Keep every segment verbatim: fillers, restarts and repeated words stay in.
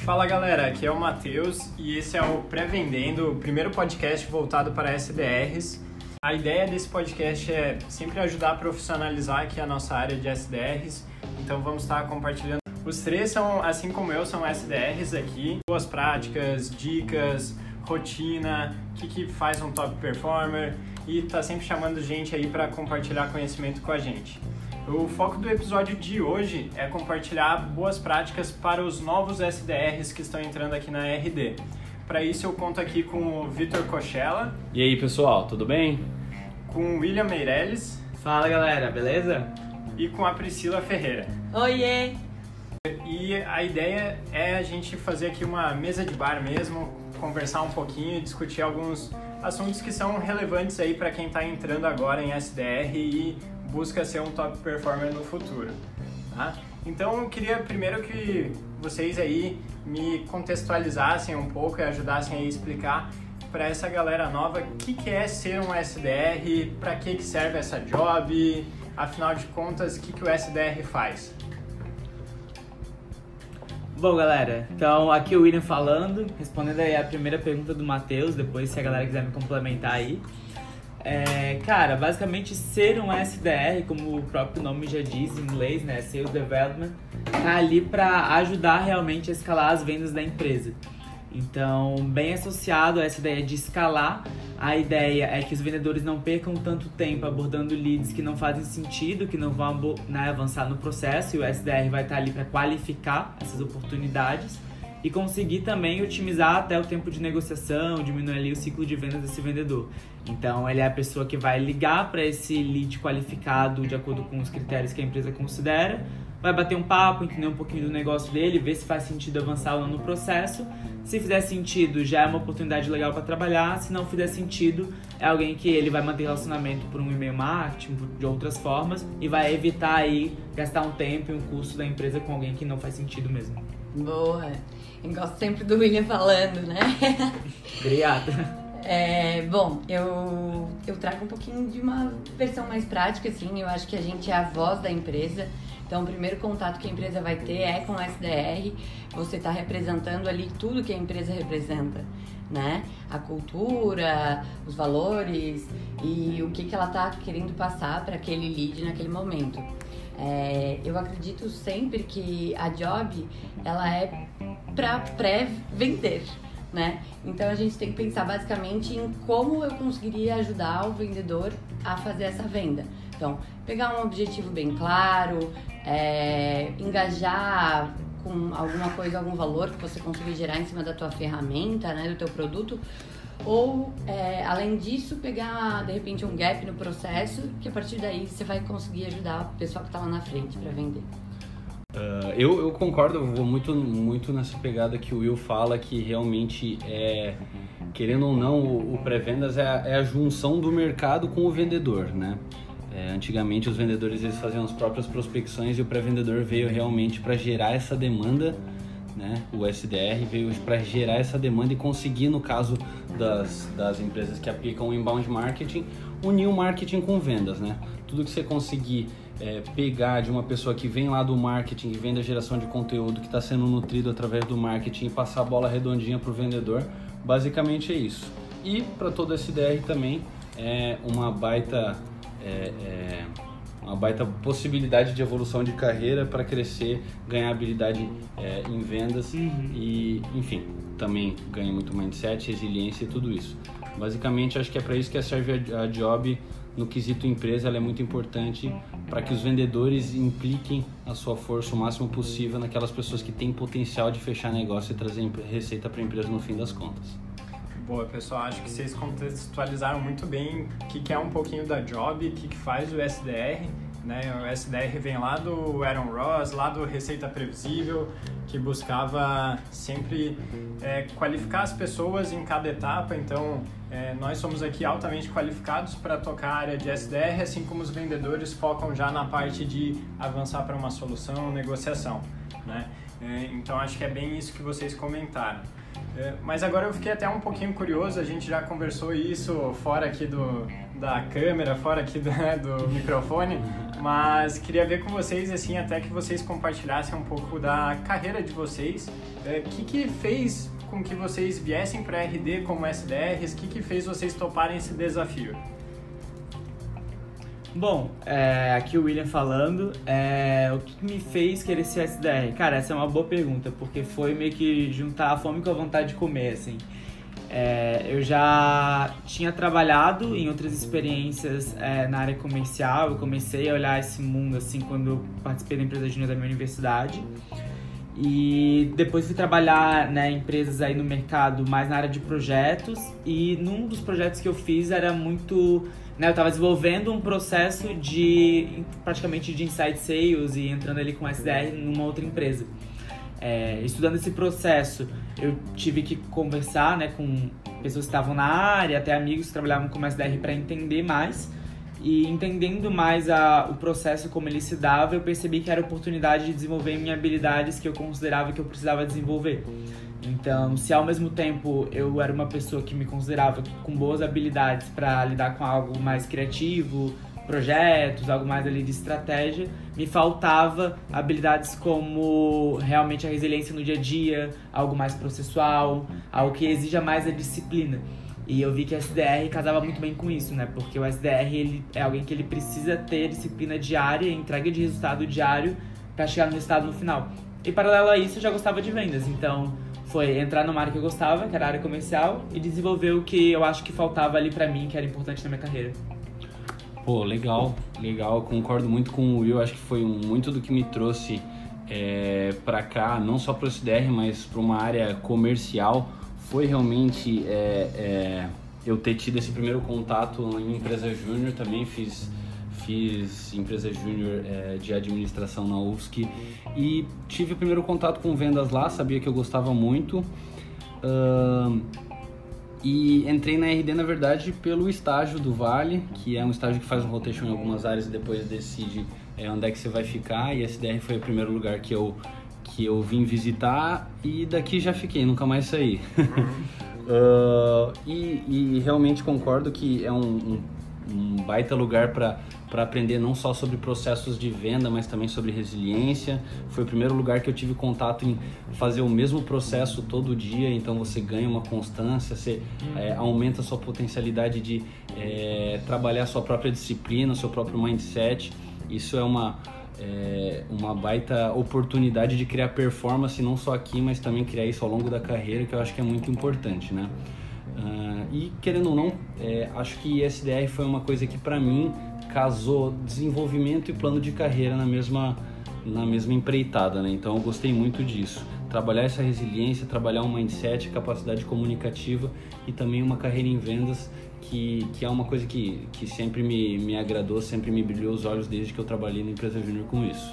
Fala galera, aqui é o Matheus e esse é o Pré-Vendendo, o primeiro podcast voltado para S D Rs. A ideia desse podcast é sempre ajudar a profissionalizar aqui a nossa área de S D Rs, então vamos estar compartilhando. Os três são, assim como eu, são S D Rs aqui, boas práticas, dicas, rotina, o que, que faz um top performer e tá sempre chamando gente aí para compartilhar conhecimento com a gente. O foco do episódio de hoje é compartilhar boas práticas para os novos S D Rs que estão entrando aqui na R D. Para isso eu conto aqui com o Vitor Cochella. E aí pessoal, tudo bem? Com o William Meirelles. Fala galera, beleza? E com a Priscila Ferreira. Oiê! E a ideia é a gente fazer aqui uma mesa de bar mesmo, conversar um pouquinho e discutir alguns assuntos que são relevantes aí para quem está entrando agora em S D R e busca ser um top performer no futuro, tá? Então eu queria primeiro que vocês aí me contextualizassem um pouco e ajudassem a explicar para essa galera nova o que, que é ser um S D R, para que, que serve essa job, afinal de contas, o que, que o S D R faz? Bom galera, então aqui o William falando, respondendo aí a primeira pergunta do Matheus, depois se a galera quiser me complementar aí. É, cara, basicamente ser um S D R, como o próprio nome já diz em inglês, né, Sales Development, tá ali para ajudar realmente a escalar as vendas da empresa. Então, bem associado a essa ideia de escalar, a ideia é que os vendedores não percam tanto tempo abordando leads que não fazem sentido, que não vão, né, avançar no processo, e o S D R vai estar ali para qualificar essas oportunidades e conseguir também otimizar até o tempo de negociação, diminuir ali o ciclo de vendas desse vendedor. Então, ele é a pessoa que vai ligar para esse lead qualificado de acordo com os critérios que a empresa considera, vai bater um papo, entender um pouquinho do negócio dele, ver se faz sentido avançar ou não no processo. Se fizer sentido, já é uma oportunidade legal para trabalhar. Se não fizer sentido, é alguém que ele vai manter relacionamento por um e-mail marketing, de outras formas, e vai evitar aí gastar um tempo e um custo da empresa com alguém que não faz sentido mesmo. Boa! Eu gosto sempre do William falando, né? Obrigado. É, bom, eu, eu trago um pouquinho de uma versão mais prática, assim. Eu acho que a gente é a voz da empresa. Então, o primeiro contato que a empresa vai ter é com o S D R. Você está representando ali tudo que a empresa representa, né? A cultura, os valores e o que, que ela está querendo passar para aquele lead naquele momento. É, eu acredito sempre que a job, ela é para pré-vender, né? Então a gente tem que pensar basicamente em como eu conseguiria ajudar o vendedor a fazer essa venda. Então, pegar um objetivo bem claro, é, engajar com alguma coisa, algum valor que você consiga gerar em cima da tua ferramenta, né, do teu produto, ou é, além disso pegar de repente um gap no processo, que a partir daí você vai conseguir ajudar o pessoal que está lá na frente para vender. Uh, eu, eu concordo, eu vou muito, muito nessa pegada que o Will fala, que realmente é, querendo ou não, o, o pré-vendas é a, é a junção do mercado com o vendedor, né? É, antigamente os vendedores eles faziam as próprias prospecções e o pré-vendedor veio realmente para gerar essa demanda, né? O S D R veio para gerar essa demanda e conseguir, no caso das, das empresas que aplicam o inbound marketing, unir o marketing com vendas, né? Tudo que você conseguir é, pegar de uma pessoa que vem lá do marketing, que vem da geração de conteúdo, que está sendo nutrido através do marketing e passar a bola redondinha para o vendedor, basicamente é isso. E para todo S D R também é uma baita, é, é, uma baita possibilidade de evolução de carreira para crescer, ganhar habilidade é, em vendas uhum. e, enfim, também ganha muito mindset, resiliência e tudo isso. Basicamente, acho que é para isso que serve a, a job no quesito empresa. Ela é muito importante para que os vendedores impliquem a sua força o máximo possível naquelas pessoas que têm potencial de fechar negócio e trazer receita para a empresa no fim das contas. Boa, pessoal, acho que vocês contextualizaram muito bem o que, que é um pouquinho da job, o que, que faz o S D R, né? O S D R vem lá do Aaron Ross, lá do Receita Previsível, que buscava sempre é, qualificar as pessoas em cada etapa. Então, é, nós somos aqui altamente qualificados para tocar a área de S D R, assim como os vendedores focam já na parte de avançar para uma solução, negociação, né? É, então, acho que é bem isso que vocês comentaram. É, mas agora eu fiquei até um pouquinho curioso, a gente já conversou isso fora aqui do, da câmera, fora aqui do, do microfone, Mas queria ver com vocês, assim, até que vocês compartilhassem um pouco da carreira de vocês. O que que fez com que vocês viessem para a R D como S D Rs? O que que fez vocês toparem esse desafio? Bom, é, aqui o William falando, é, o que me fez querer ser S D R? Cara, essa é uma boa pergunta, porque foi meio que juntar a fome com a vontade de comer, assim. É, eu já tinha trabalhado em outras experiências é, na área comercial, eu comecei a olhar esse mundo assim quando eu participei da empresa júnior da minha universidade. E depois fui trabalhar, né, em empresas aí no mercado mais na área de projetos, e num dos projetos que eu fiz era muito... Né, eu estava desenvolvendo um processo de praticamente de inside sales e entrando ali com S D R numa outra empresa. É, estudando esse processo, eu tive que conversar, né, com pessoas que estavam na área, até amigos que trabalhavam como S D R para entender mais. E entendendo mais a, o processo como ele se dava, eu percebi que era oportunidade de desenvolver minhas habilidades que eu considerava que eu precisava desenvolver. Então, se ao mesmo tempo eu era uma pessoa que me considerava com boas habilidades para lidar com algo mais criativo, projetos, algo mais ali de estratégia, me faltava habilidades como realmente a resiliência no dia a dia, algo mais processual, algo que exija mais a disciplina. E eu vi que o S D R casava muito bem com isso, né? Porque o S D R ele é alguém que ele precisa ter disciplina diária, entrega de resultado diário para chegar no resultado no final. E paralelo a isso, eu já gostava de vendas, então foi entrar numa área que eu gostava, que era a área comercial, e desenvolver o que eu acho que faltava ali pra mim, que era importante na minha carreira. Pô, legal, legal. Eu concordo muito com o Will. Acho que foi muito do que me trouxe é, pra cá, não só pro S D R, mas pra uma área comercial. Foi realmente é, é, eu ter tido esse primeiro contato em empresa júnior. Também fiz, fiz empresa júnior é, de administração na U F S C e tive o primeiro contato com vendas lá, sabia que eu gostava muito. Uh, e entrei na R D, na verdade, pelo estágio do Vale, que é um estágio que faz um rotation em algumas áreas e depois decide é, onde é que você vai ficar. E S D R foi o primeiro lugar que eu que eu vim visitar e daqui já fiquei, nunca mais saí. uh, e, e realmente concordo que é um, um, um baita lugar para para aprender não só sobre processos de venda, mas também sobre resiliência. Foi o primeiro lugar que eu tive contato em fazer o mesmo processo todo dia, então você ganha uma constância, você é, aumenta a sua potencialidade de é, trabalhar a sua própria disciplina, o seu próprio mindset. Isso é uma É uma baita oportunidade de criar performance, não só aqui, mas também criar isso ao longo da carreira, que eu acho que é muito importante, né? Uh, e querendo ou não, é, acho que S D R foi uma coisa que para mim casou desenvolvimento e plano de carreira na mesma, na mesma empreitada, né? Então eu gostei muito disso. Trabalhar essa resiliência, trabalhar um mindset, capacidade comunicativa e também uma carreira em vendas que, que é uma coisa que, que sempre me, me agradou, sempre me brilhou os olhos desde que eu trabalhei na empresa júnior com isso.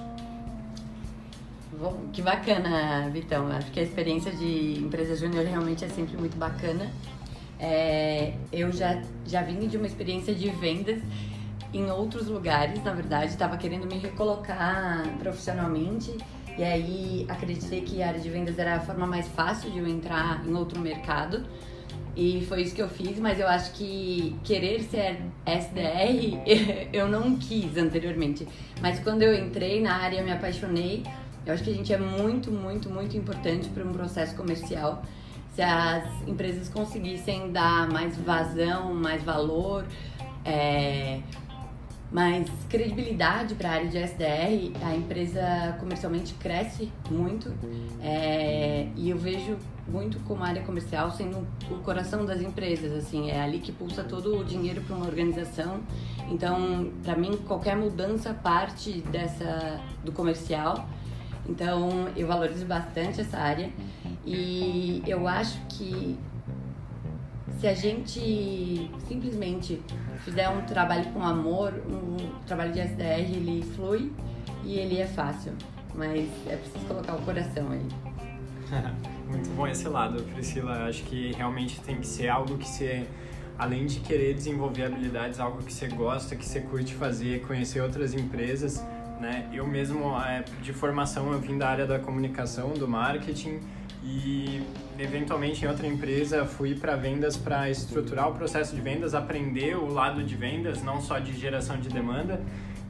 Bom, que bacana, Vitão. Acho que a experiência de empresa júnior realmente é sempre muito bacana. É, eu já, já vim de uma experiência de vendas em outros lugares, na verdade. Estava querendo me recolocar profissionalmente e aí acreditei que a área de vendas era a forma mais fácil de eu entrar em outro mercado. E foi isso que eu fiz, mas eu acho que querer ser S D R eu não quis anteriormente. Mas quando eu entrei na área, eu me apaixonei. Eu acho que a gente é muito, muito, muito importante para um processo comercial. Se as empresas conseguissem dar mais vazão, mais valor, é, mais credibilidade para a área de S D R, a empresa comercialmente cresce muito. É, e eu vejo muito como a área comercial sendo o coração das empresas, assim, é ali que pulsa todo o dinheiro para uma organização. Então, para mim, qualquer mudança parte dessa, do comercial. Então, eu valorizo bastante essa área e eu acho que se a gente simplesmente fizer um trabalho com amor, um trabalho de S D R, ele flui e ele é fácil, mas é preciso colocar o coração aí. Muito bom esse lado, Priscila. Acho que realmente tem que ser algo que você, além de querer desenvolver habilidades, algo que você gosta, que você curte fazer, conhecer outras empresas, né? Eu mesmo, de formação, eu vim da área da comunicação, do marketing e, eventualmente, em outra empresa, fui para vendas para estruturar o processo de vendas, aprender o lado de vendas, não só de geração de demanda.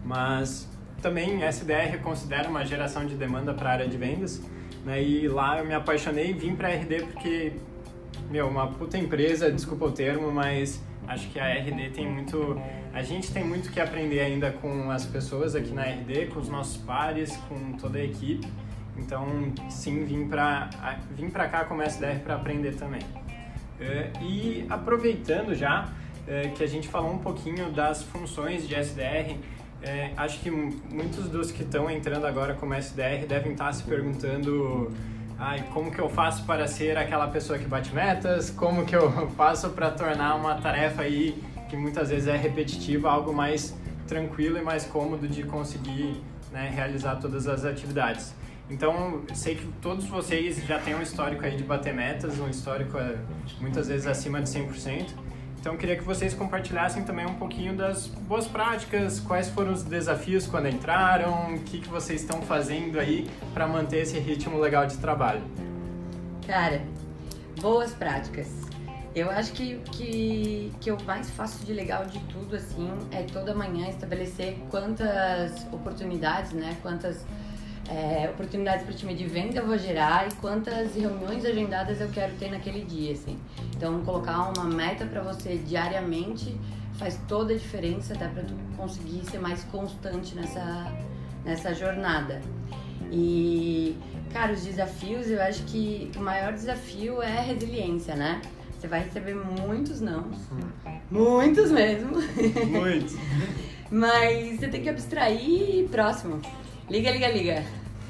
mas também S D R considera uma geração de demanda para a área de vendas, né? E lá eu me apaixonei e vim para a R D porque, meu, uma puta empresa, desculpa o termo, mas acho que a R D tem muito... A gente tem muito que aprender ainda com as pessoas aqui na R D, com os nossos pares, com toda a equipe. Então, sim, vim para vim para cá como S D R para aprender também. E aproveitando já que a gente falou um pouquinho das funções de S D R, acho que muitos dos que estão entrando agora como S D R devem estar se perguntando: ai, como que eu faço para ser aquela pessoa que bate metas? Como que eu faço para tornar uma tarefa aí que muitas vezes é repetitiva, algo mais tranquilo e mais cômodo de conseguir, né, realizar todas as atividades? Então, sei que todos vocês já têm um histórico aí de bater metas, um histórico muitas vezes acima de cem por cento. Então, eu queria que vocês compartilhassem também um pouquinho das boas práticas, quais foram os desafios quando entraram, o que, que vocês estão fazendo aí para manter esse ritmo legal de trabalho. Cara, boas práticas. Eu acho que, que, que o mais fácil de legal de tudo, assim, é toda manhã estabelecer quantas oportunidades, né, quantas é, oportunidades para o time de venda eu vou gerar e quantas reuniões agendadas eu quero ter naquele dia, assim. Então, colocar uma meta para você diariamente faz toda a diferença, dá para tu conseguir ser mais constante nessa, nessa jornada. E, cara, os desafios, eu acho que o maior desafio é a resiliência, né? Você vai receber muitos nãos, muitos mesmo. Muitos. Mas você tem que abstrair e próximo. Liga, liga, liga.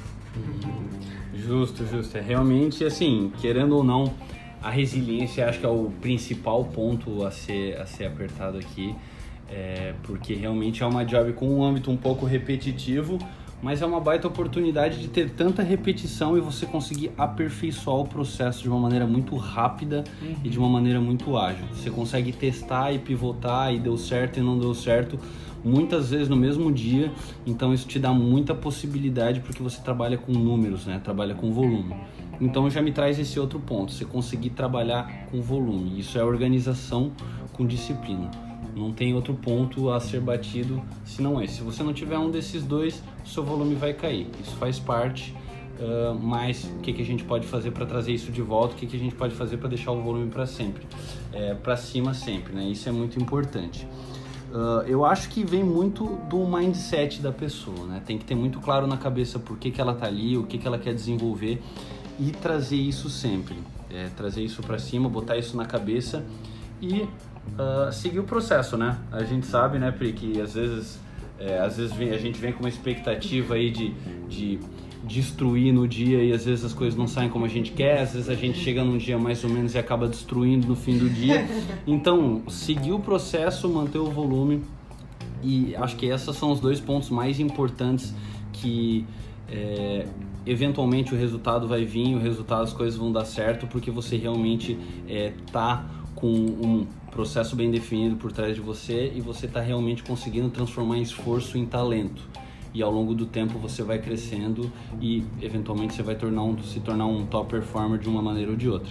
Justo, justo. É realmente, assim, querendo ou não, a resiliência acho que é o principal ponto a ser, a ser apertado aqui, é, porque realmente é uma job com um âmbito um pouco repetitivo, mas é uma baita oportunidade de ter tanta repetição e você conseguir aperfeiçoar o processo de uma maneira muito rápida uhum. e de uma maneira muito ágil. Você consegue testar e pivotar e deu certo e não deu certo muitas vezes no mesmo dia, então isso te dá muita possibilidade porque você trabalha com números, né? Trabalha com volume. Então já me traz esse outro ponto, você conseguir trabalhar com volume. Isso é organização com disciplina. Não tem outro ponto a ser batido senão esse. Se você não tiver um desses dois, o seu volume vai cair. Isso faz parte, uh, mas o que, que a gente pode fazer para trazer isso de volta? O que, que a gente pode fazer para deixar o volume para sempre? É, para cima sempre, né? Isso é muito importante. Uh, eu acho que vem muito do mindset da pessoa, né? Tem que ter muito claro na cabeça por que, que ela tá ali, o que, que ela quer desenvolver e trazer isso sempre. É, trazer isso para cima, botar isso na cabeça e uh, seguir o processo, né? A gente sabe, né, Pri, que às vezes, é, às vezes vem, a gente vem com uma expectativa aí de, de destruir no dia e às vezes as coisas não saem como a gente quer, às vezes a gente chega num dia mais ou menos e acaba destruindo no fim do dia. Então, seguir o processo, manter o volume, e acho que esses são os dois pontos mais importantes que é, eventualmente o resultado vai vir, o resultado, as coisas vão dar certo, porque você realmente é, tá com um processo bem definido por trás de você e você tá realmente conseguindo transformar esforço em talento. E ao longo do tempo você vai crescendo e eventualmente você vai tornar um, se tornar um top performer de uma maneira ou de outra.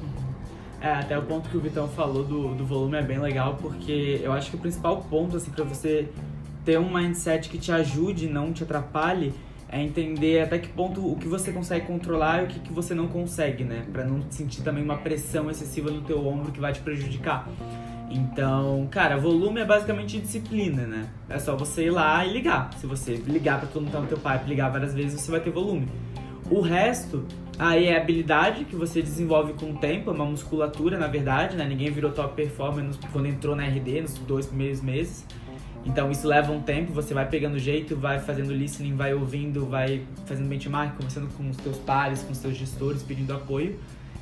É, até o ponto que o Vitão falou do, do volume é bem legal, porque eu acho que o principal ponto, assim, para você ter um mindset que te ajude, não te atrapalhe, é entender até que ponto o que você consegue controlar e o que, que você não consegue, né? Pra não sentir também uma pressão excessiva no teu ombro que vai te prejudicar. Então, cara, volume é basicamente disciplina, né? É só você ir lá e ligar. Se você ligar pra todo mundo que tá no teu pipe, ligar várias vezes, você vai ter volume. O resto, aí é habilidade que você desenvolve com o tempo, é uma musculatura, na verdade, né? Ninguém virou top performer quando entrou na R D, nos dois primeiros meses. Então isso leva um tempo, você vai pegando jeito, vai fazendo listening, vai ouvindo, vai fazendo benchmark, conversando com os teus pares, com os teus gestores, pedindo apoio.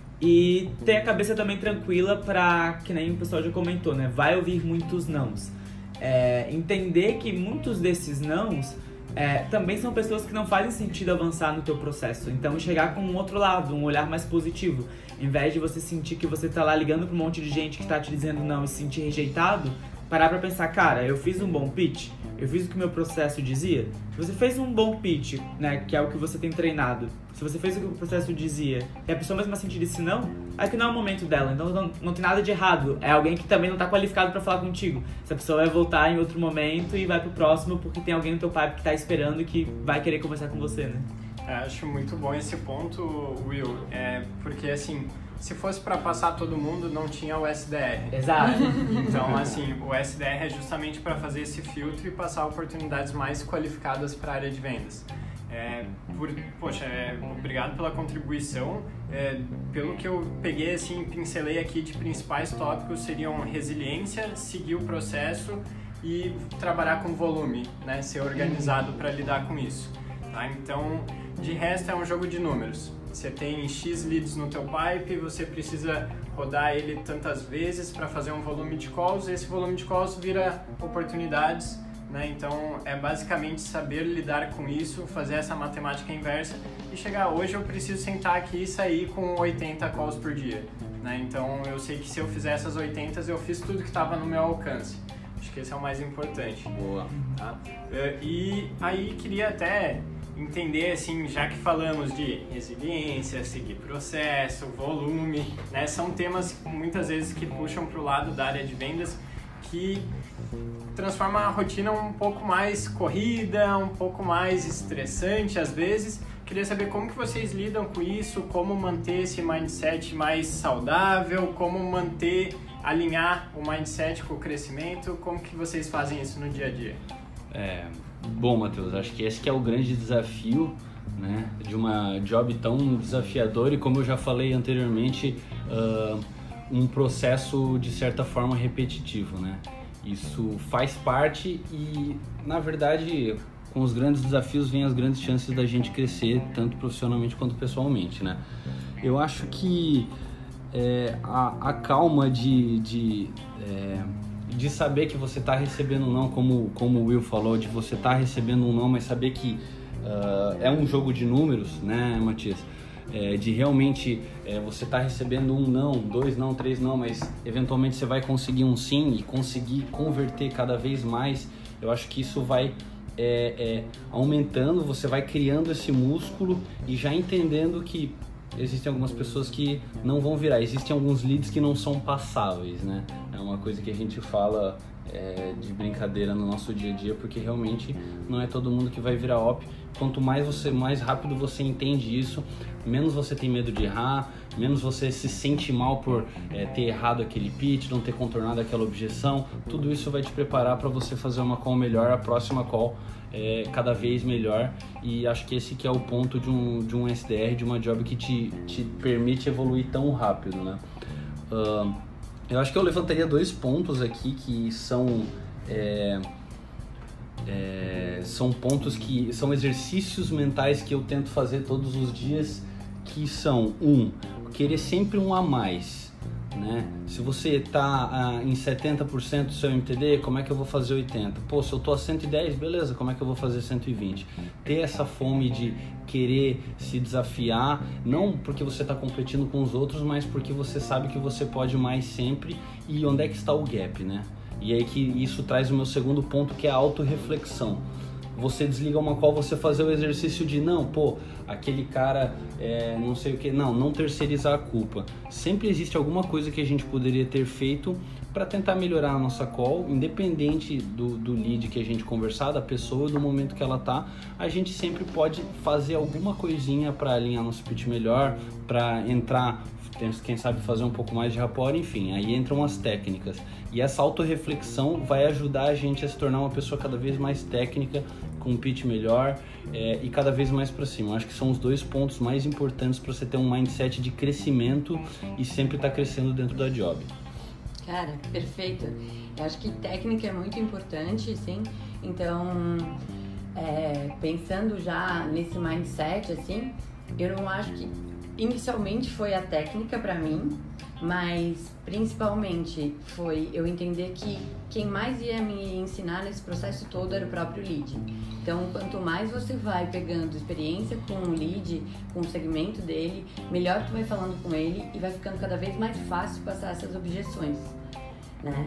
E ter a cabeça também tranquila pra, que nem o pessoal já comentou, né? Vai ouvir muitos nãos. É, entender que muitos desses nãos é, também são pessoas que não fazem sentido avançar no teu processo. Então chegar com um outro lado, um olhar mais positivo. Em vez de você sentir que você tá lá ligando pra um monte de gente que tá te dizendo não e se sentir rejeitado, parar pra pensar, cara, eu fiz um bom pitch, eu fiz o que o meu processo dizia. Se você fez um bom pitch, né, que é o que você tem treinado, se você fez o que o processo dizia e a pessoa mesmo assim te disse não, é que não é o momento dela, então não, não tem nada de errado. É alguém que também não tá qualificado pra falar contigo. Essa pessoa vai voltar em outro momento e vai pro próximo porque tem alguém no teu pipe que tá esperando e que vai querer conversar com você, né? É, acho muito bom esse ponto, Will, é, porque assim, se fosse para passar todo mundo, não tinha o S D R. Exato. Então, assim, o S D R é justamente para fazer esse filtro e passar oportunidades mais qualificadas para a área de vendas. É, por, poxa, é, obrigado pela contribuição. É, pelo que eu peguei, assim, pincelei aqui de principais tópicos seriam resiliência, seguir o processo e trabalhar com volume, né? Ser organizado para lidar com isso. Tá? Então, de resto é um jogo de números. Você tem X leads no teu pipe, você precisa rodar ele tantas vezes para fazer um volume de calls, e esse volume de calls vira oportunidades, né? Então é basicamente saber lidar com isso, fazer essa matemática inversa e chegar, hoje eu preciso sentar aqui e sair com oitenta calls por dia, né? Então eu sei que se eu fizer essas oitenta, eu fiz tudo que estava no meu alcance. Acho que esse é o mais importante. Boa. Tá? E aí queria até entender, assim, já que falamos de resiliência, seguir processo, volume, né? São temas muitas vezes que puxam para o lado da área de vendas, que transforma a rotina um pouco mais corrida, um pouco mais estressante às vezes. Queria saber como que vocês lidam com isso, como manter esse mindset mais saudável, como manter, alinhar o mindset com o crescimento, como que vocês fazem isso no dia a dia? É, bom, Matheus, acho que esse que é o grande desafio, né, de uma job tão desafiador e, como eu já falei anteriormente, uh, um processo de certa forma repetitivo, né? Isso faz parte e, na verdade, com os grandes desafios vem as grandes chances da gente crescer, tanto profissionalmente quanto pessoalmente, né? Eu acho que é, a, a calma de... de é, de saber que você está recebendo um não, como, como o Will falou, de você estar tá recebendo um não, mas saber que uh, é um jogo de números, né, Matias? É, de realmente é, você tá recebendo um não, dois não, três não, mas eventualmente você vai conseguir um sim e conseguir converter cada vez mais. Eu acho que isso vai é, é, aumentando, você vai criando esse músculo e já entendendo que existem algumas pessoas que não vão virar, existem alguns leads que não são passáveis, né? É uma coisa que a gente fala é, de brincadeira no nosso dia a dia, porque realmente não é todo mundo que vai virar O P. Quanto mais você, mais rápido você entende isso, menos você tem medo de errar, menos você se sente mal por é, ter errado aquele pitch, não ter contornado aquela objeção. Tudo isso vai te preparar para você fazer uma call melhor, a próxima call é cada vez melhor, e acho que esse que é o ponto de um, de um S D R, de uma job que te, te permite evoluir tão rápido, né? Uh, eu acho que eu levantaria dois pontos aqui que são é, é, são pontos que são exercícios mentais que eu tento fazer todos os dias, que são um, querer sempre um a mais, né? Se você está ah, em setenta por cento do seu M T D, como é que eu vou fazer oitenta por cento? Pô, se eu tô a cento e dez, beleza, como é que eu vou fazer cento e vinte por cento? Ter essa fome de querer se desafiar, não porque você está competindo com os outros, mas porque você sabe que você pode mais sempre, e onde é que está o gap, né? E aí que isso traz o meu segundo ponto, que é a autorreflexão. Você desliga uma call, você fazer o exercício de não, pô, aquele cara é, não sei o que, não, não terceirizar a culpa. Sempre existe alguma coisa que a gente poderia ter feito para tentar melhorar a nossa call, independente do, do lead que a gente conversar, da pessoa, do momento que ela tá, a gente sempre pode fazer alguma coisinha para alinhar nosso pitch melhor, para entrar, quem sabe fazer um pouco mais de rapport, enfim, aí entram as técnicas. E essa autorreflexão vai ajudar a gente a se tornar uma pessoa cada vez mais técnica, com um pitch melhor é, e cada vez mais para cima. Eu acho que são os dois pontos mais importantes para você ter um mindset de crescimento e sempre estar tá crescendo dentro da job. Cara, perfeito. Eu acho que técnica é muito importante, sim. Então, é, pensando já nesse mindset, assim, eu não acho que inicialmente foi a técnica para mim, mas principalmente foi eu entender que quem mais ia me ensinar nesse processo todo era o próprio lead. Então, quanto mais você vai pegando experiência com o lead, com o segmento dele, melhor tu vai falando com ele e vai ficando cada vez mais fácil passar essas objeções, né?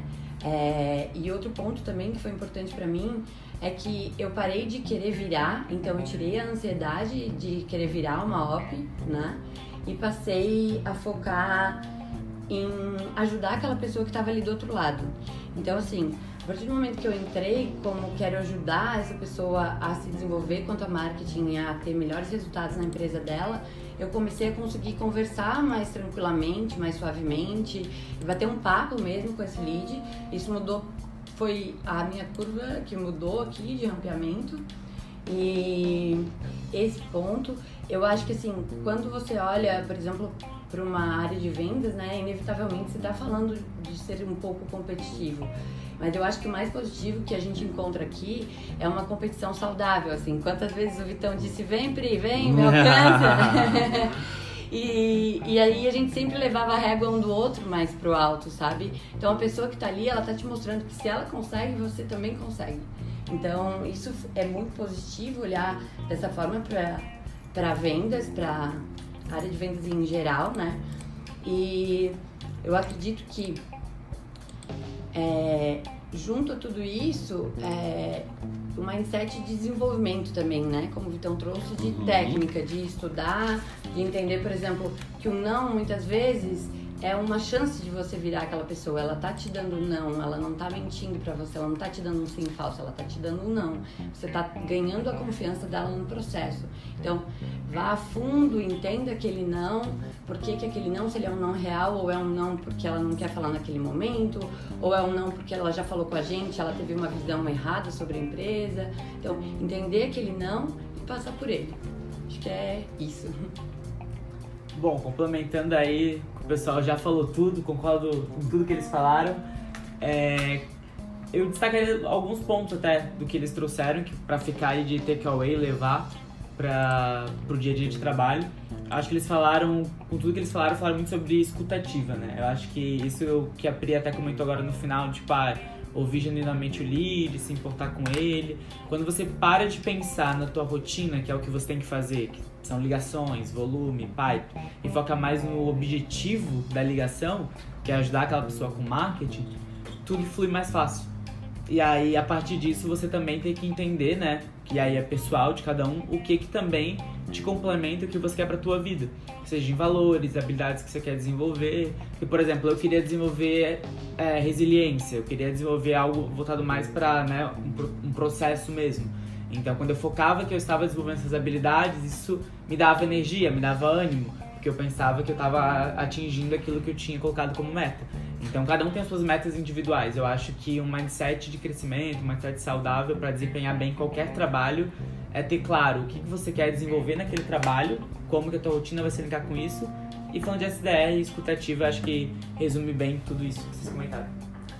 É, e outro ponto também que foi importante para mim é que eu parei de querer virar, então eu tirei a ansiedade de querer virar uma O P, né? E passei a focar em ajudar aquela pessoa que estava ali do outro lado. Então, assim, a partir do momento que eu entrei, como quero ajudar essa pessoa a se desenvolver quanto a marketing, a ter melhores resultados na empresa dela, eu comecei a conseguir conversar mais tranquilamente, mais suavemente, e bater um papo mesmo com esse lead. Isso mudou, foi a minha curva que mudou aqui de rampeamento. E esse ponto, eu acho que assim, quando você olha, por exemplo, para uma área de vendas, né, inevitavelmente você está falando de ser um pouco competitivo. Mas eu acho que o mais positivo que a gente encontra aqui é uma competição saudável, assim. Quantas vezes o Vitão disse, vem Pri, vem, me alcança. e, e aí a gente sempre levava a régua um do outro mais pro alto, sabe? Então a pessoa que tá ali, ela tá te mostrando que se ela consegue, você também consegue. Então isso é muito positivo, olhar dessa forma para para vendas, para área de vendas em geral, né? E eu acredito que É, junto a tudo isso, é, o mindset de desenvolvimento também, né? Como o Vitão trouxe, de Uhum. técnica, de estudar, de entender, por exemplo, que o não, muitas vezes, é uma chance de você virar aquela pessoa. Ela tá te dando não, ela não tá mentindo pra você, ela não tá te dando um sim falso, ela tá te dando um não. Você tá ganhando a confiança dela no processo. Então, vá a fundo, entenda aquele não, por que que aquele não, se ele é um não real, ou é um não porque ela não quer falar naquele momento, ou é um não porque ela já falou com a gente, ela teve uma visão errada sobre a empresa. Então, entender aquele não e passar por ele. Acho que é isso. Bom, complementando aí, o pessoal já falou tudo, concordo com tudo que eles falaram. É, eu destacaria alguns pontos até do que eles trouxeram que, pra ficar aí de takeaway, levar para pro dia a dia de trabalho. Acho que eles falaram, com tudo que eles falaram, falaram muito sobre escutativa, né? Eu acho que isso que a Pri até comentou agora no final, tipo, ah, ouvir genuinamente o lead, se importar com ele. Quando você para de pensar na tua rotina, que é o que você tem que fazer, que são ligações, volume, pipe, e foca mais no objetivo da ligação, que é ajudar aquela pessoa com marketing, tudo flui mais fácil. E aí, a partir disso, você também tem que entender, né, que aí é pessoal de cada um, o que que também te complementa o que você quer pra tua vida. Seja em valores, habilidades que você quer desenvolver. E, por exemplo, eu queria desenvolver é, resiliência, eu queria desenvolver algo voltado mais pra, né, um, um processo mesmo. Então, quando eu focava que eu estava desenvolvendo essas habilidades, isso me dava energia, me dava ânimo, porque eu pensava que eu estava atingindo aquilo que eu tinha colocado como meta. Então, cada um tem as suas metas individuais. Eu acho que um mindset de crescimento, um mindset saudável para desempenhar bem qualquer trabalho é ter claro o que você quer desenvolver naquele trabalho, como que a tua rotina vai se linkar com isso. E falando de S D R e escutativa, acho que resume bem tudo isso que vocês comentaram.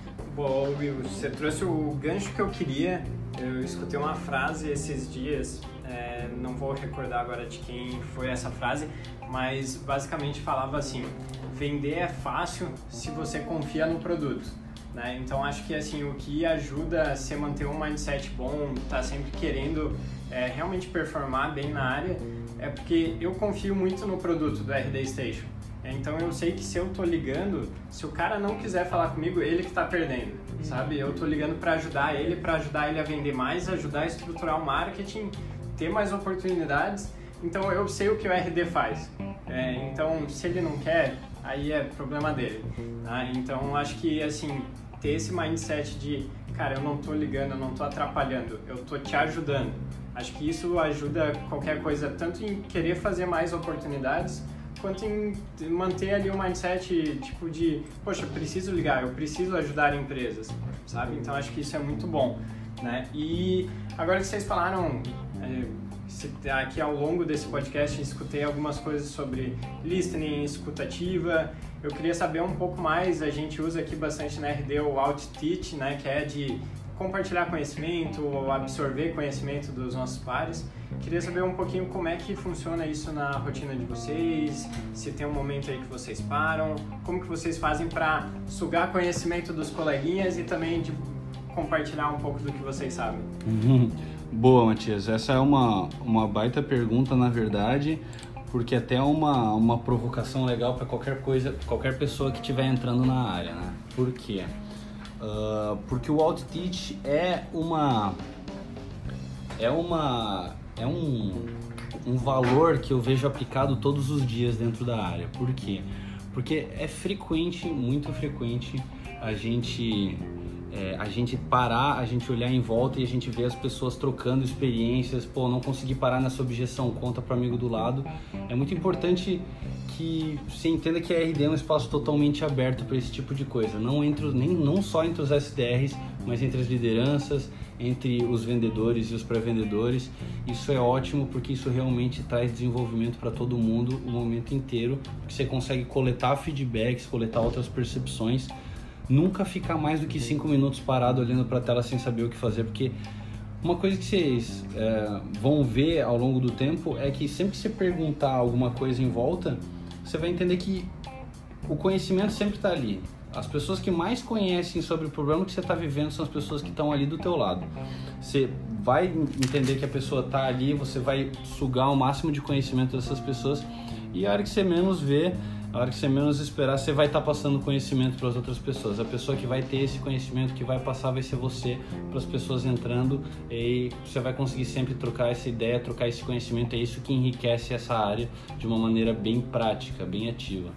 Bom, Will, você trouxe o gancho que eu queria. Eu escutei uma frase esses dias, é, não vou recordar agora de quem foi essa frase, mas basicamente falava assim: vender é fácil se você confia no produto, né? Então acho que assim, o que ajuda a você manter um mindset bom, tá sempre querendo é, realmente performar bem na área, é porque eu confio muito no produto do R D Station. Então eu sei que se eu tô ligando, se o cara não quiser falar comigo, ele que tá perdendo, sabe? Eu tô ligando para ajudar ele, para ajudar ele a vender mais, ajudar a estruturar o marketing, ter mais oportunidades. Então eu sei o que o R D faz. É, então se ele não quer, aí é problema dele, tá? Então acho que assim, ter esse mindset de, cara, eu não tô ligando, eu não tô atrapalhando, eu tô te ajudando. Acho que isso ajuda qualquer coisa, tanto em querer fazer mais oportunidades, quanto em manter ali o mindset tipo de, poxa, eu preciso ligar, eu preciso ajudar empresas, sabe? Então acho que isso é muito bom, né? E agora que vocês falaram, é, aqui ao longo desse podcast, escutei algumas coisas sobre listening, escutativa. Eu queria saber um pouco mais, a gente usa aqui bastante na R D o Out-Teach, né? Que é de compartilhar conhecimento, absorver conhecimento dos nossos pares. Queria saber um pouquinho como é que funciona isso na rotina de vocês, se tem um momento aí que vocês param, como que vocês fazem para sugar conhecimento dos coleguinhas e também de compartilhar um pouco do que vocês sabem. Uhum. Boa, Matias. Essa é uma, uma baita pergunta, na verdade, porque até é uma, uma provocação legal para qualquer coisa, qualquer pessoa que estiver entrando na área, né? Por quê? uh, porque o OutTeach é uma é uma é um, um valor que eu vejo aplicado todos os dias dentro da área. Por quê? Porque é frequente, muito frequente a gente É, a gente parar, a gente olhar em volta e a gente ver as pessoas trocando experiências. Pô, não consegui parar nessa objeção, conta para amigo do lado. É muito importante que você entenda que a R D é um espaço totalmente aberto para esse tipo de coisa, não, entre, nem, não só entre os S D Rs, mas entre as lideranças, entre os vendedores e os pré-vendedores. Isso é ótimo porque isso realmente traz desenvolvimento para todo mundo o momento inteiro, porque você consegue coletar feedbacks, coletar outras percepções. Nunca ficar mais do que cinco minutos parado olhando para a tela sem saber o que fazer, porque uma coisa que vocês é, vão ver ao longo do tempo é que sempre que você perguntar alguma coisa em volta, você vai entender que o conhecimento sempre está ali. As pessoas que mais conhecem sobre o problema que você está vivendo são as pessoas que estão ali do teu lado. Você vai entender que a pessoa está ali, você vai sugar o máximo de conhecimento dessas pessoas, e a hora que você menos vê, a hora que você menos esperar, você vai estar passando conhecimento para as outras pessoas. A pessoa que vai ter esse conhecimento, que vai passar, vai ser você, para as pessoas entrando, e você vai conseguir sempre trocar essa ideia, trocar esse conhecimento. É isso que enriquece essa área de uma maneira bem prática, bem ativa.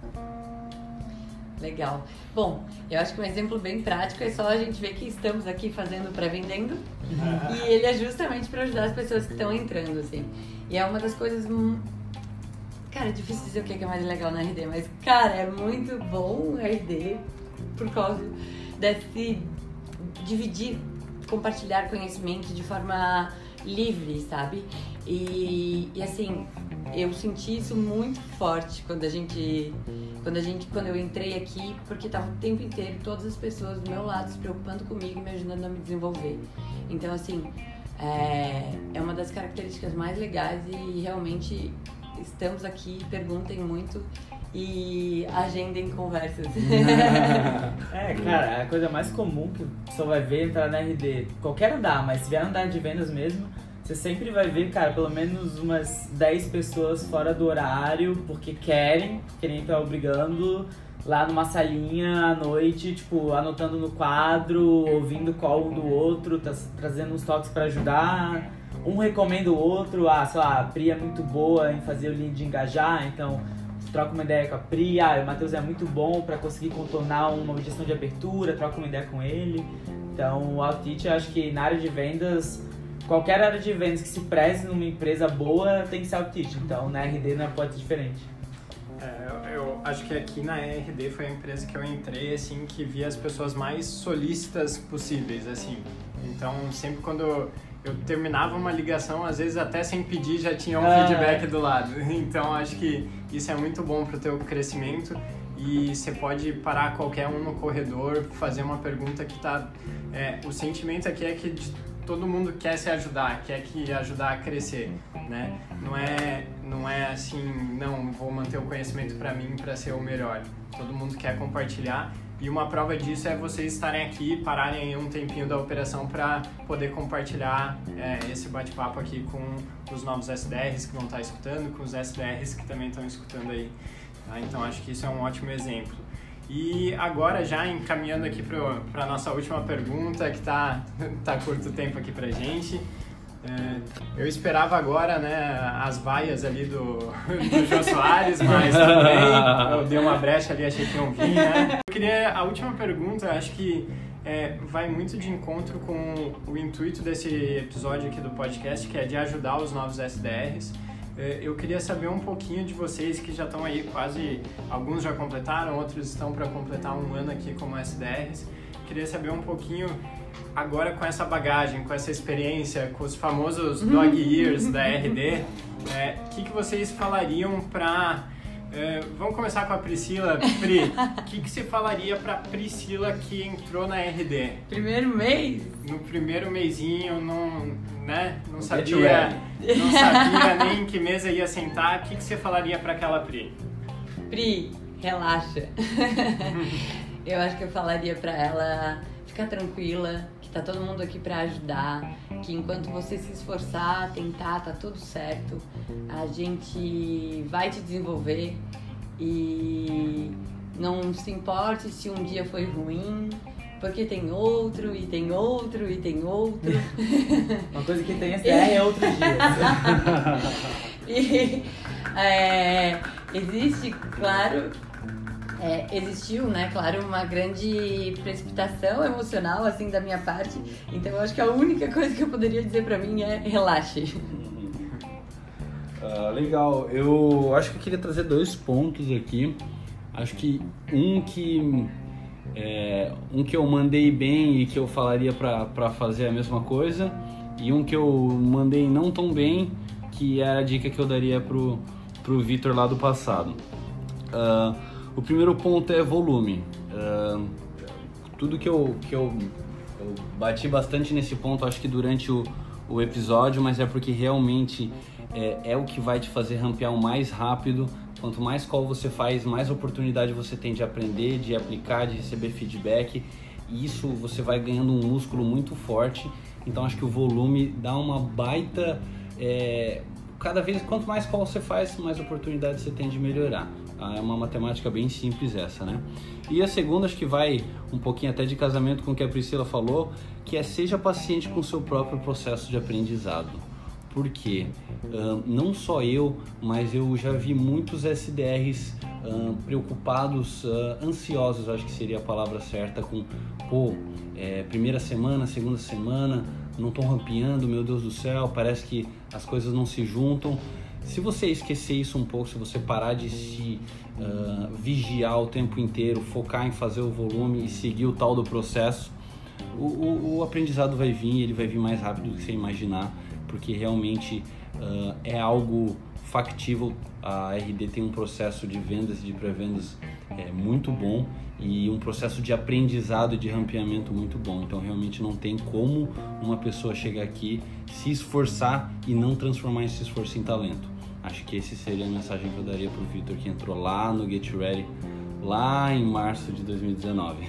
Legal. Bom, eu acho que um exemplo bem prático é só a gente ver que estamos aqui fazendo pré-vendendo e ele é justamente para ajudar as pessoas que estão entrando, assim. E é uma das coisas... Cara, é difícil dizer o que é mais legal na R D, mas, cara, é muito bom a R D por causa desse dividir, compartilhar conhecimento de forma livre, sabe? E, e assim, eu senti isso muito forte quando a gente, quando a gente, quando eu entrei aqui, porque tava o tempo inteiro todas as pessoas do meu lado se preocupando comigo e me ajudando a me desenvolver. Então, assim, é, é uma das características mais legais e realmente... Estamos aqui, perguntem muito e agendem conversas. É, cara, a coisa mais comum que a pessoa vai ver entrar na R D, qualquer andar, mas se vier andar de vendas mesmo, você sempre vai ver, cara, pelo menos umas dez pessoas fora do horário, porque querem, querem estar obrigando, lá numa salinha à noite, tipo, anotando no quadro, ouvindo call um do outro, tá, trazendo uns toques pra ajudar. Um recomenda o outro, ah, sei lá, a Pri é muito boa em fazer o lead engajar, então troca uma ideia com a Pri, ah, o Matheus é muito bom para conseguir contornar uma objeção de abertura, troca uma ideia com ele. Então o OutTeach, eu acho que na área de vendas, qualquer área de vendas que se preze numa empresa boa tem que ser OutTeach, então na R D não pode ser diferente. É, eu, eu acho que aqui na R D foi a empresa que eu entrei, assim, que via as pessoas mais solícitas possíveis, assim. Então, sempre quando eu terminava uma ligação, às vezes até sem pedir já tinha um ah. feedback do lado. Então, acho que isso é muito bom para o teu crescimento e você pode parar qualquer um no corredor, fazer uma pergunta que tá... É, o sentimento aqui é que todo mundo quer se ajudar, quer que ajudar a crescer, né? Não é, não é assim, não, vou manter o conhecimento para mim para ser o melhor. Todo mundo quer compartilhar. E uma prova disso é vocês estarem aqui, pararem um tempinho da operação para poder compartilhar é, esse bate-papo aqui com os novos S D Rs que vão estar escutando, com os S D Rs que também estão escutando aí. Tá? Então acho que isso é um ótimo exemplo. E agora já encaminhando aqui para a nossa última pergunta, que está tá curto tempo aqui para gente. É, eu esperava agora, né, as vaias ali do, do Jô Soares, mas tudo bem, eu dei uma brecha ali, achei que iam vir, né? Eu queria, a última pergunta, acho que é, vai muito de encontro com o intuito desse episódio aqui do podcast, que é de ajudar os novos S D Rs. É, eu queria saber um pouquinho de vocês que já estão aí quase, alguns já completaram, outros estão para completar um ano aqui como S D Rs. Queria saber um pouquinho... Agora com essa bagagem, com essa experiência, com os famosos dog years da R D, o é, que, que vocês falariam para... É, vamos começar com a Priscila. Pri, o que, que você falaria para Priscila que entrou na R D? Primeiro mês? No primeiro mêsinho, não, né, não, sabia, não sabia nem em que mesa ia sentar. O que, que você falaria para aquela Pri? Pri, relaxa. Eu acho que eu falaria para ela ficar tranquila, que tá todo mundo aqui para ajudar, que enquanto você se esforçar, tentar, tá tudo certo. A gente vai te desenvolver e não se importe se um dia foi ruim, porque tem outro, e tem outro, e tem outro. Uma coisa que tem S D R é outros dias. E é, existe, claro, é, existiu, né, claro, uma grande precipitação emocional, assim, da minha parte. Então, eu acho que a única coisa que eu poderia dizer pra mim é relaxe. Uh, legal, eu acho que eu queria trazer dois pontos aqui. Acho que um que é, um que eu mandei bem e que eu falaria para fazer a mesma coisa, e um que eu mandei não tão bem, que é a dica que eu daria pro, pro Vitor lá do passado. Uh, o primeiro ponto é volume. Uh, tudo que, eu, que eu, eu bati bastante nesse ponto, acho que durante o, o episódio, mas é porque realmente é, é o que vai te fazer rampear o mais rápido. Quanto mais call você faz, mais oportunidade você tem de aprender, de aplicar, de receber feedback. E isso você vai ganhando um músculo muito forte. Então acho que o volume dá uma baita... É, cada vez, quanto mais call você faz, mais oportunidade você tem de melhorar. Ah, é uma matemática bem simples essa, né? E a segunda, acho que vai um pouquinho até de casamento com o que a Priscila falou, que é seja paciente com o seu próprio processo de aprendizado. Porque uh, não só eu, mas eu já vi muitos S D Rs uh, preocupados, uh, ansiosos, acho que seria a palavra certa, com, pô, é, primeira semana, segunda semana, não estou rampeando, meu Deus do céu, parece que as coisas não se juntam. Se você esquecer isso um pouco, se você parar de se uh, vigiar o tempo inteiro, focar em fazer o volume e seguir o tal do processo, o, o, o aprendizado vai vir, ele vai vir mais rápido do que você imaginar, porque realmente uh, é algo factível. A R D tem um processo de vendas e de pré-vendas é, muito bom e um processo de aprendizado e de rampeamento muito bom. Então realmente não tem como uma pessoa chegar aqui, se esforçar e não transformar esse esforço em talento. Acho que essa seria a mensagem que eu daria para o Vitor, que entrou lá no Get Ready, lá em março de dois mil e dezenove.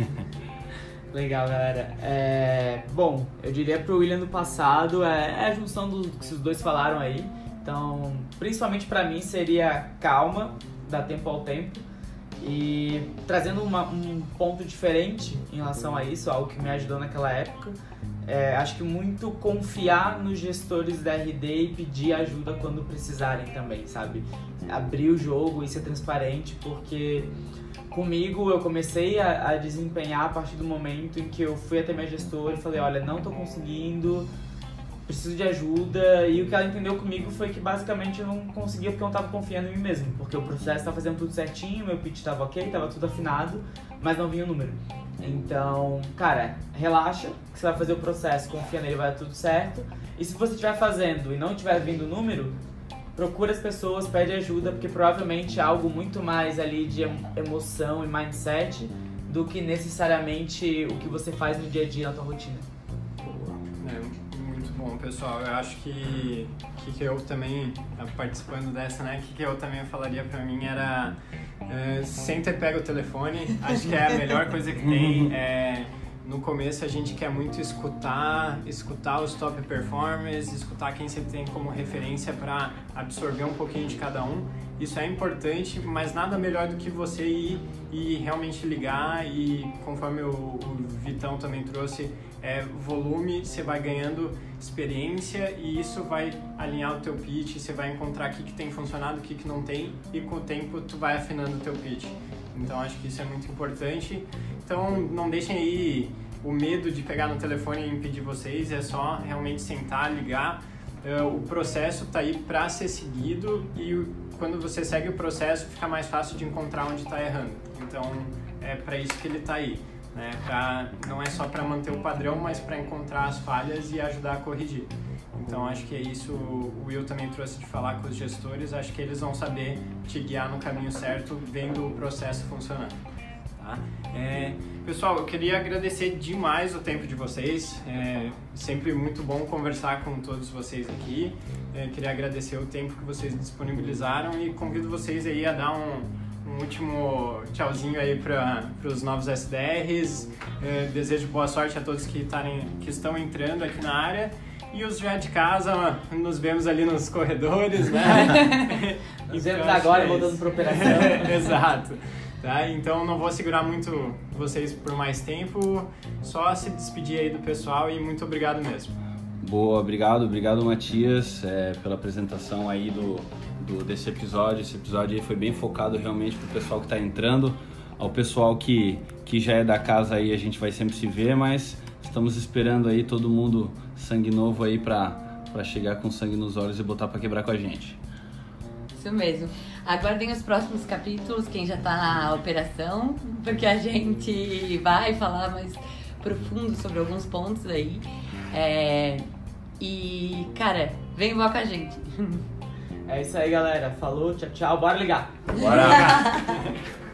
Legal, galera. É, bom, eu diria pro William do passado, é, é a junção do que os dois falaram aí. Então, principalmente pra mim, seria calma, dar tempo ao tempo. E trazendo uma, um ponto diferente em relação a isso, algo que me ajudou naquela época, é, acho que muito confiar nos gestores da R D e pedir ajuda quando precisarem também, sabe? Abrir o jogo e ser transparente, porque... Comigo, eu comecei a, a desempenhar a partir do momento em que eu fui até minha gestora e falei, olha, não tô conseguindo, preciso de ajuda. E o que ela entendeu comigo foi que basicamente eu não conseguia porque eu não tava confiando em mim mesmo. Porque o processo tava fazendo tudo certinho, meu pitch tava ok, tava tudo afinado, mas não vinha o número. Então, cara, relaxa, que você vai fazer o processo, confia nele, vai dar tudo certo. E se você estiver fazendo e não estiver vindo o número, procura as pessoas, pede ajuda, porque provavelmente é algo muito mais ali de emoção e mindset do que necessariamente o que você faz no dia a dia na tua rotina. É, muito bom, pessoal. Eu acho que que, que eu também, participando dessa, né, que, que eu também falaria pra mim era é, senta e pega o telefone. Acho que é a melhor coisa que tem. É, no começo a gente quer muito escutar, escutar os top performers, escutar quem você tem como referência para absorver um pouquinho de cada um. Isso é importante, mas nada melhor do que você ir e realmente ligar e, conforme o, o Vitão também trouxe, é, volume, você vai ganhando experiência e isso vai alinhar o teu pitch, você vai encontrar o que, que tem funcionado, o que, que não tem e com o tempo tu vai afinando o teu pitch. Então acho que isso é muito importante. Então não deixem aí o medo de pegar no telefone e impedir vocês, é só realmente sentar, ligar. Uh, o processo está aí para ser seguido e quando você segue o processo fica mais fácil de encontrar onde está errando. Então é para isso que ele está aí, né? Pra, não é só para manter o padrão, mas para encontrar as falhas e ajudar a corrigir. Então acho que é isso, o Will também trouxe de falar com os gestores, acho que eles vão saber te guiar no caminho certo, vendo o processo funcionando. Tá? É, pessoal, eu queria agradecer demais o tempo de vocês, é sempre muito bom conversar com todos vocês aqui, é, queria agradecer o tempo que vocês disponibilizaram e convido vocês aí a dar um, um último tchauzinho aí para os novos S D Rs, é, desejo boa sorte a todos que, tarem, que estão entrando aqui na área. E os já de casa, nos vemos ali nos corredores, né? Nos vemos agora, é voltando para a operação. Exato. Tá? Então não vou segurar muito vocês por mais tempo, só se despedir aí do pessoal e muito obrigado mesmo. Boa, obrigado, obrigado Matias é, pela apresentação aí do, do, desse episódio. Esse episódio aí foi bem focado realmente pro pessoal que está entrando, ao pessoal que, que já é da casa aí, a gente vai sempre se ver, mas estamos esperando aí todo mundo sangue novo aí para para chegar com sangue nos olhos e botar para quebrar com a gente. Isso mesmo. Aguardem os próximos capítulos, quem já tá na operação, porque a gente vai falar mais profundo sobre alguns pontos aí. É... E, cara, vem voar com a gente. É isso aí, galera. Falou, tchau, tchau. Bora ligar. Bora!